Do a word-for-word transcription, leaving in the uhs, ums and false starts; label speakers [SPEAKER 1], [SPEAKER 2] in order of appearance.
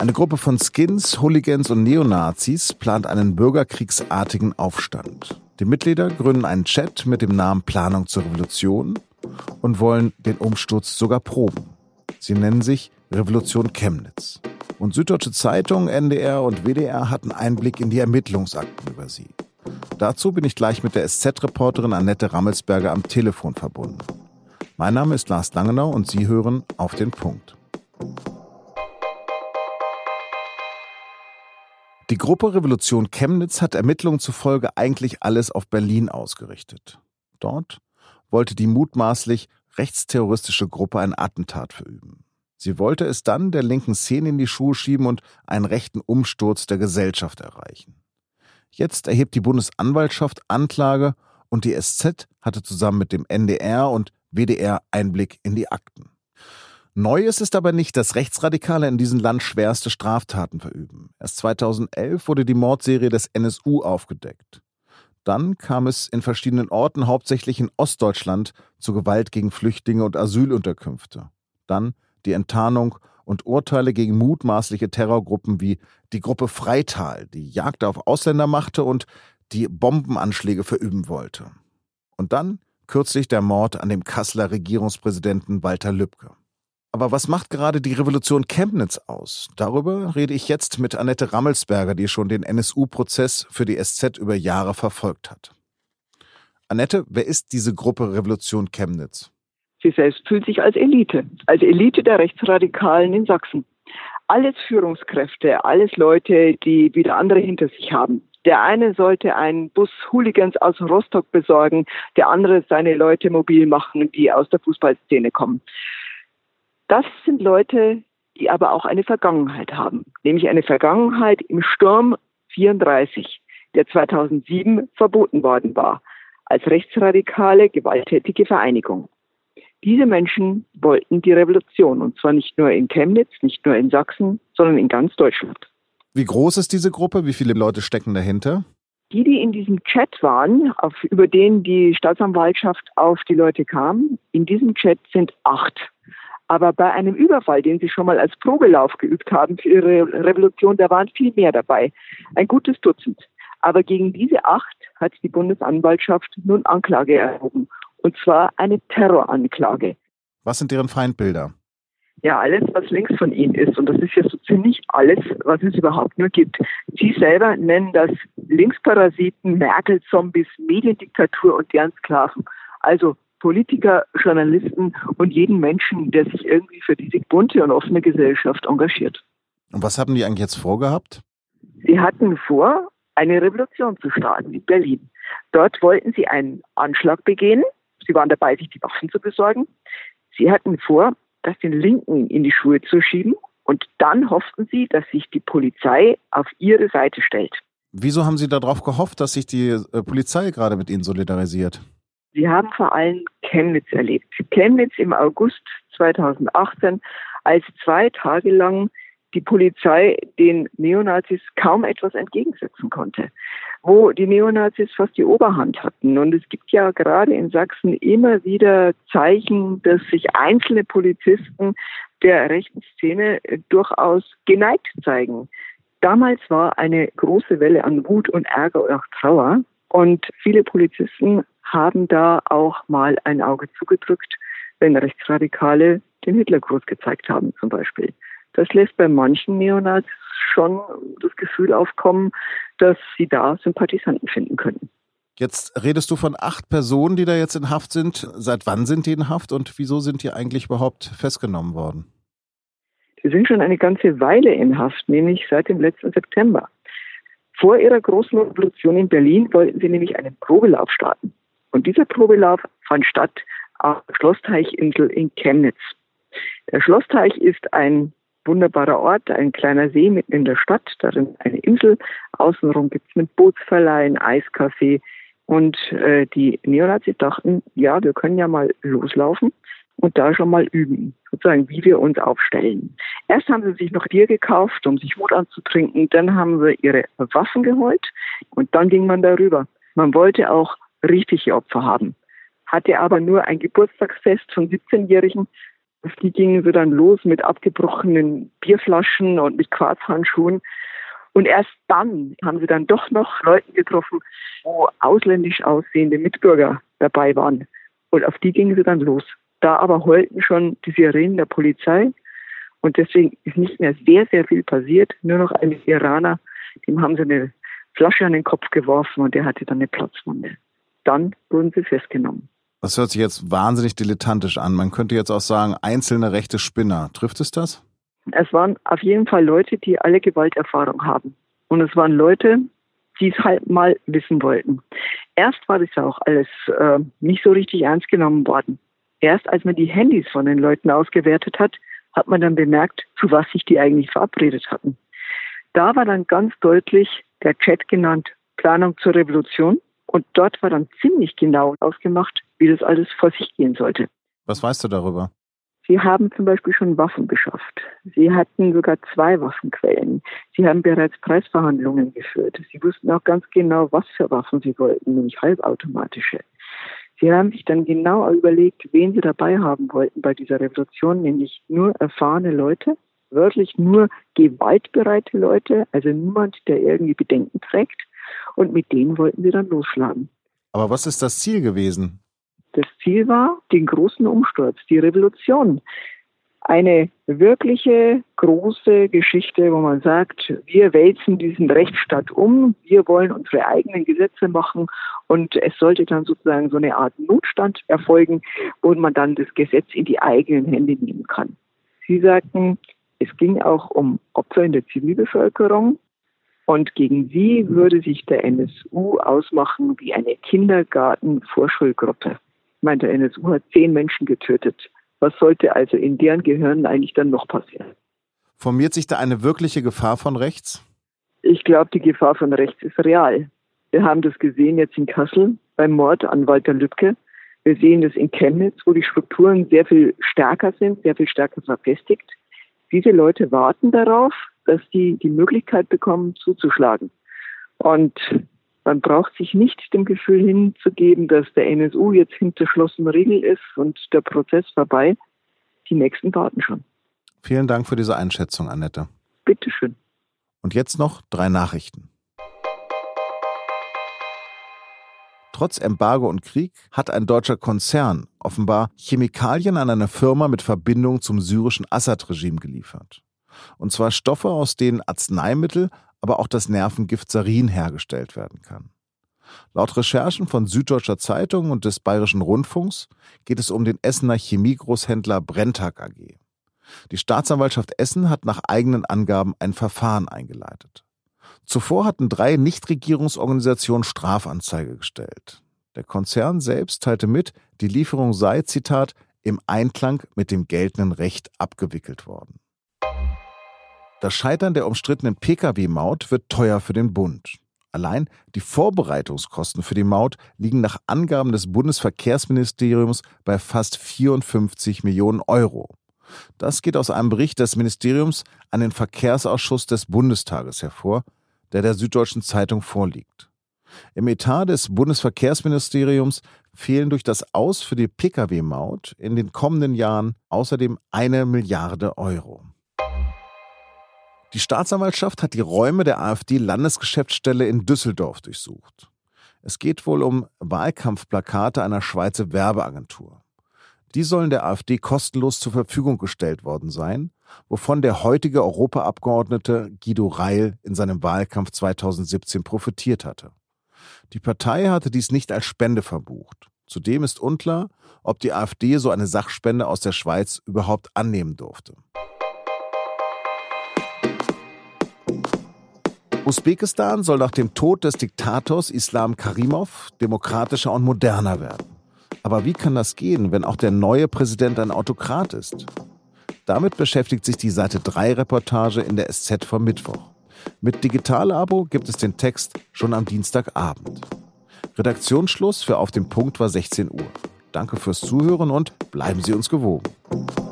[SPEAKER 1] Eine Gruppe von Skins, Hooligans und Neonazis plant einen bürgerkriegsartigen Aufstand. Die Mitglieder gründen einen Chat mit dem Namen Planung zur Revolution und wollen den Umsturz sogar proben. Sie nennen sich Revolution Chemnitz. Und Süddeutsche Zeitung, N D R und W D R hatten Einblick in die Ermittlungsakten über sie. Dazu bin ich gleich mit der S Z-Reporterin Annette Rammelsberger am Telefon verbunden. Mein Name ist Lars Langenau und Sie hören Auf den Punkt. Die Gruppe Revolution Chemnitz hat Ermittlungen zufolge eigentlich alles auf Berlin ausgerichtet. Dort wollte die mutmaßlich rechtsterroristische Gruppe ein Attentat verüben. Sie wollte es dann der linken Szene in die Schuhe schieben und einen rechten Umsturz der Gesellschaft erreichen. Jetzt erhebt die Bundesanwaltschaft Anklage und die S Z hatte zusammen mit dem N D R und W D R Einblick in die Akten. Neu ist es aber nicht, dass Rechtsradikale in diesem Land schwerste Straftaten verüben. Erst zweitausendelf wurde die Mordserie des N S U aufgedeckt. Dann kam es in verschiedenen Orten, hauptsächlich in Ostdeutschland, zu Gewalt gegen Flüchtlinge und Asylunterkünfte. Dann die Enttarnung und Urteile gegen mutmaßliche Terrorgruppen wie die Gruppe Freital, die Jagd auf Ausländer machte und die Bombenanschläge verüben wollte. Und dann kürzlich der Mord an dem Kasseler Regierungspräsidenten Walter Lübcke. Aber was macht gerade die Revolution Chemnitz aus? Darüber rede ich jetzt mit Annette Rammelsberger, die schon den N S U-Prozess für die S Z über Jahre verfolgt hat. Annette, wer ist diese Gruppe Revolution Chemnitz?
[SPEAKER 2] Sie selbst fühlt sich als Elite, als Elite der Rechtsradikalen in Sachsen. Alles Führungskräfte, alles Leute, die wieder andere hinter sich haben. Der eine sollte einen Bus Hooligans aus Rostock besorgen, der andere seine Leute mobil machen, die aus der Fußballszene kommen. Das sind Leute, die aber auch eine Vergangenheit haben, nämlich eine Vergangenheit im Sturm vierunddreißig, der zweitausendsieben verboten worden war, als rechtsradikale, gewalttätige Vereinigung. Diese Menschen wollten die Revolution, und zwar nicht nur in Chemnitz, nicht nur in Sachsen, sondern in ganz Deutschland.
[SPEAKER 1] Wie groß ist diese Gruppe? Wie viele Leute stecken dahinter?
[SPEAKER 2] Die, die in diesem Chat waren, auf, über den die Staatsanwaltschaft auf die Leute kam, in diesem Chat sind acht. Aber bei einem Überfall, den sie schon mal als Probelauf geübt haben für ihre Revolution, da waren viel mehr dabei. Ein gutes Dutzend. Aber gegen diese acht hat die Bundesanwaltschaft nun Anklage erhoben. Und zwar eine Terroranklage.
[SPEAKER 1] Was sind deren Feindbilder?
[SPEAKER 2] Ja, alles, was links von ihnen ist. Und das ist ja so ziemlich alles, was es überhaupt nur gibt. Sie selber nennen das Linksparasiten, Merkel-Zombies, Mediendiktatur und deren Sklaven. Also Politiker, Journalisten und jeden Menschen, der sich irgendwie für diese bunte und offene Gesellschaft engagiert.
[SPEAKER 1] Und was haben die eigentlich jetzt vorgehabt?
[SPEAKER 2] Sie hatten vor, eine Revolution zu starten in Berlin. Dort wollten sie einen Anschlag begehen. Sie waren dabei, sich die Waffen zu besorgen. Sie hatten vor, das den Linken in die Schuhe zu schieben. Und dann hofften sie, dass sich die Polizei auf ihre Seite stellt.
[SPEAKER 1] Wieso haben Sie darauf gehofft, dass sich die äh, Polizei gerade mit Ihnen solidarisiert?
[SPEAKER 2] Sie haben vor allem Chemnitz erlebt. Chemnitz im August zweitausendachtzehn, als zwei Tage lang die Polizei den Neonazis kaum etwas entgegensetzen konnte, wo die Neonazis fast die Oberhand hatten. Und es gibt ja gerade in Sachsen immer wieder Zeichen, dass sich einzelne Polizisten der rechten Szene durchaus geneigt zeigen. Damals war eine große Welle an Wut und Ärger und auch Trauer. Und viele Polizisten haben da auch mal ein Auge zugedrückt, wenn Rechtsradikale den Hitlergruß gezeigt haben zum Beispiel. Das lässt bei manchen Neonazis schon das Gefühl aufkommen, dass sie da Sympathisanten finden könnten.
[SPEAKER 1] Jetzt redest du von acht Personen, die da jetzt in Haft sind. Seit wann sind die in Haft und wieso sind die eigentlich überhaupt festgenommen worden?
[SPEAKER 2] Sie sind schon eine ganze Weile in Haft, nämlich seit dem letzten September. Vor ihrer großen Revolution in Berlin wollten sie nämlich einen Probelauf starten. Und dieser Probelauf fand statt auf der Schlossteichinsel in Chemnitz. Der Schlossteich ist ein wunderbarer Ort, ein kleiner See mitten in der Stadt, darin eine Insel. Außenrum gibt es einen Bootsverleih, ein Eiscafé. Und äh, die Neonazis dachten, ja, wir können ja mal loslaufen und da schon mal üben, sozusagen, wie wir uns aufstellen. Erst haben sie sich noch Bier gekauft, um sich Mut anzutrinken. Dann haben sie ihre Waffen geholt und dann ging man darüber. Man wollte auch richtige Opfer haben, hatte aber nur ein Geburtstagsfest von siebzehnjährigen Auf die gingen sie dann los mit abgebrochenen Bierflaschen und mit Quarzhandschuhen. Und erst dann haben sie dann doch noch Leute getroffen, wo ausländisch aussehende Mitbürger dabei waren. Und auf die gingen sie dann los. Da aber heulten schon die Sirenen der Polizei. Und deswegen ist nicht mehr sehr, sehr viel passiert. Nur noch ein Iraner, dem haben sie eine Flasche an den Kopf geworfen und der hatte dann eine Platzwunde. Dann wurden sie festgenommen.
[SPEAKER 1] Das hört sich jetzt wahnsinnig dilettantisch an. Man könnte jetzt auch sagen, einzelne rechte Spinner. Trifft es das?
[SPEAKER 2] Es waren auf jeden Fall Leute, die alle Gewalterfahrung haben. Und es waren Leute, die es halt mal wissen wollten. Erst war das ja auch alles äh, nicht so richtig ernst genommen worden. Erst als man die Handys von den Leuten ausgewertet hat, hat man dann bemerkt, zu was sich die eigentlich verabredet hatten. Da war dann ganz deutlich der Chat genannt Planung zur Revolution. Und dort war dann ziemlich genau ausgemacht, wie das alles vor sich gehen sollte.
[SPEAKER 1] Was weißt du darüber?
[SPEAKER 2] Sie haben zum Beispiel schon Waffen beschafft. Sie hatten sogar zwei Waffenquellen. Sie haben bereits Preisverhandlungen geführt. Sie wussten auch ganz genau, was für Waffen sie wollten, nämlich halbautomatische. Sie haben sich dann genau überlegt, wen sie dabei haben wollten bei dieser Revolution, nämlich nur erfahrene Leute, wörtlich nur gewaltbereite Leute, also niemand, der irgendwie Bedenken trägt. Und mit denen wollten sie dann losschlagen.
[SPEAKER 1] Aber was ist das Ziel gewesen?
[SPEAKER 2] Das Ziel war den großen Umsturz, die Revolution. Eine wirkliche große Geschichte, wo man sagt, wir wälzen diesen Rechtsstaat um, wir wollen unsere eigenen Gesetze machen und es sollte dann sozusagen so eine Art Notstand erfolgen, wo man dann das Gesetz in die eigenen Hände nehmen kann. Sie sagten, es ging auch um Opfer in der Zivilbevölkerung. Und gegen sie würde sich der N S U ausmachen wie eine Kindergarten-Vorschulgruppe. Ich meine, der N S U hat zehn Menschen getötet. Was sollte also in deren Gehirn eigentlich dann noch passieren?
[SPEAKER 1] Formiert sich da eine wirkliche Gefahr von rechts?
[SPEAKER 2] Ich glaube, die Gefahr von rechts ist real. Wir haben das gesehen jetzt in Kassel beim Mord an Walter Lübcke. Wir sehen das in Chemnitz, wo die Strukturen sehr viel stärker sind, sehr viel stärker verfestigt. Diese Leute warten darauf, dass die die Möglichkeit bekommen, zuzuschlagen. Und man braucht sich nicht dem Gefühl hinzugeben, dass der N S U jetzt hinter Schloss und Riegel ist und der Prozess vorbei. Die Nächsten warten schon.
[SPEAKER 1] Vielen Dank für diese Einschätzung, Annette.
[SPEAKER 2] Bitteschön.
[SPEAKER 1] Und jetzt noch drei Nachrichten. Trotz Embargo und Krieg hat ein deutscher Konzern offenbar Chemikalien an eine Firma mit Verbindung zum syrischen Assad-Regime geliefert. Und zwar Stoffe, aus denen Arzneimittel, aber auch das Nervengift Sarin hergestellt werden kann. Laut Recherchen von Süddeutscher Zeitung und des Bayerischen Rundfunks geht es um den Essener Chemiegroßhändler Brenntag A G. Die Staatsanwaltschaft Essen hat nach eigenen Angaben ein Verfahren eingeleitet. Zuvor hatten drei Nichtregierungsorganisationen Strafanzeige gestellt. Der Konzern selbst teilte mit, die Lieferung sei, Zitat, im Einklang mit dem geltenden Recht abgewickelt worden. Das Scheitern der umstrittenen Pkw-Maut wird teuer für den Bund. Allein die Vorbereitungskosten für die Maut liegen nach Angaben des Bundesverkehrsministeriums bei fast vierundfünfzig Millionen Euro. Das geht aus einem Bericht des Ministeriums an den Verkehrsausschuss des Bundestages hervor, der der Süddeutschen Zeitung vorliegt. Im Etat des Bundesverkehrsministeriums fehlen durch das Aus für die Pkw-Maut in den kommenden Jahren außerdem eine Milliarde Euro. Die Staatsanwaltschaft hat die Räume der AfD-Landesgeschäftsstelle in Düsseldorf durchsucht. Es geht wohl um Wahlkampfplakate einer Schweizer Werbeagentur. Die sollen der AfD kostenlos zur Verfügung gestellt worden sein, wovon der heutige Europaabgeordnete Guido Reil in seinem Wahlkampf zweitausendsiebzehn profitiert hatte. Die Partei hatte dies nicht als Spende verbucht. Zudem ist unklar, ob die AfD so eine Sachspende aus der Schweiz überhaupt annehmen durfte. Usbekistan soll nach dem Tod des Diktators Islam Karimov demokratischer und moderner werden. Aber wie kann das gehen, wenn auch der neue Präsident ein Autokrat ist? Damit beschäftigt sich die Seite drei Reportage in der S Z vom Mittwoch. Mit Digital-Abo gibt es den Text schon am Dienstagabend. Redaktionsschluss für Auf den Punkt war sechzehn Uhr. Danke fürs Zuhören und bleiben Sie uns gewogen.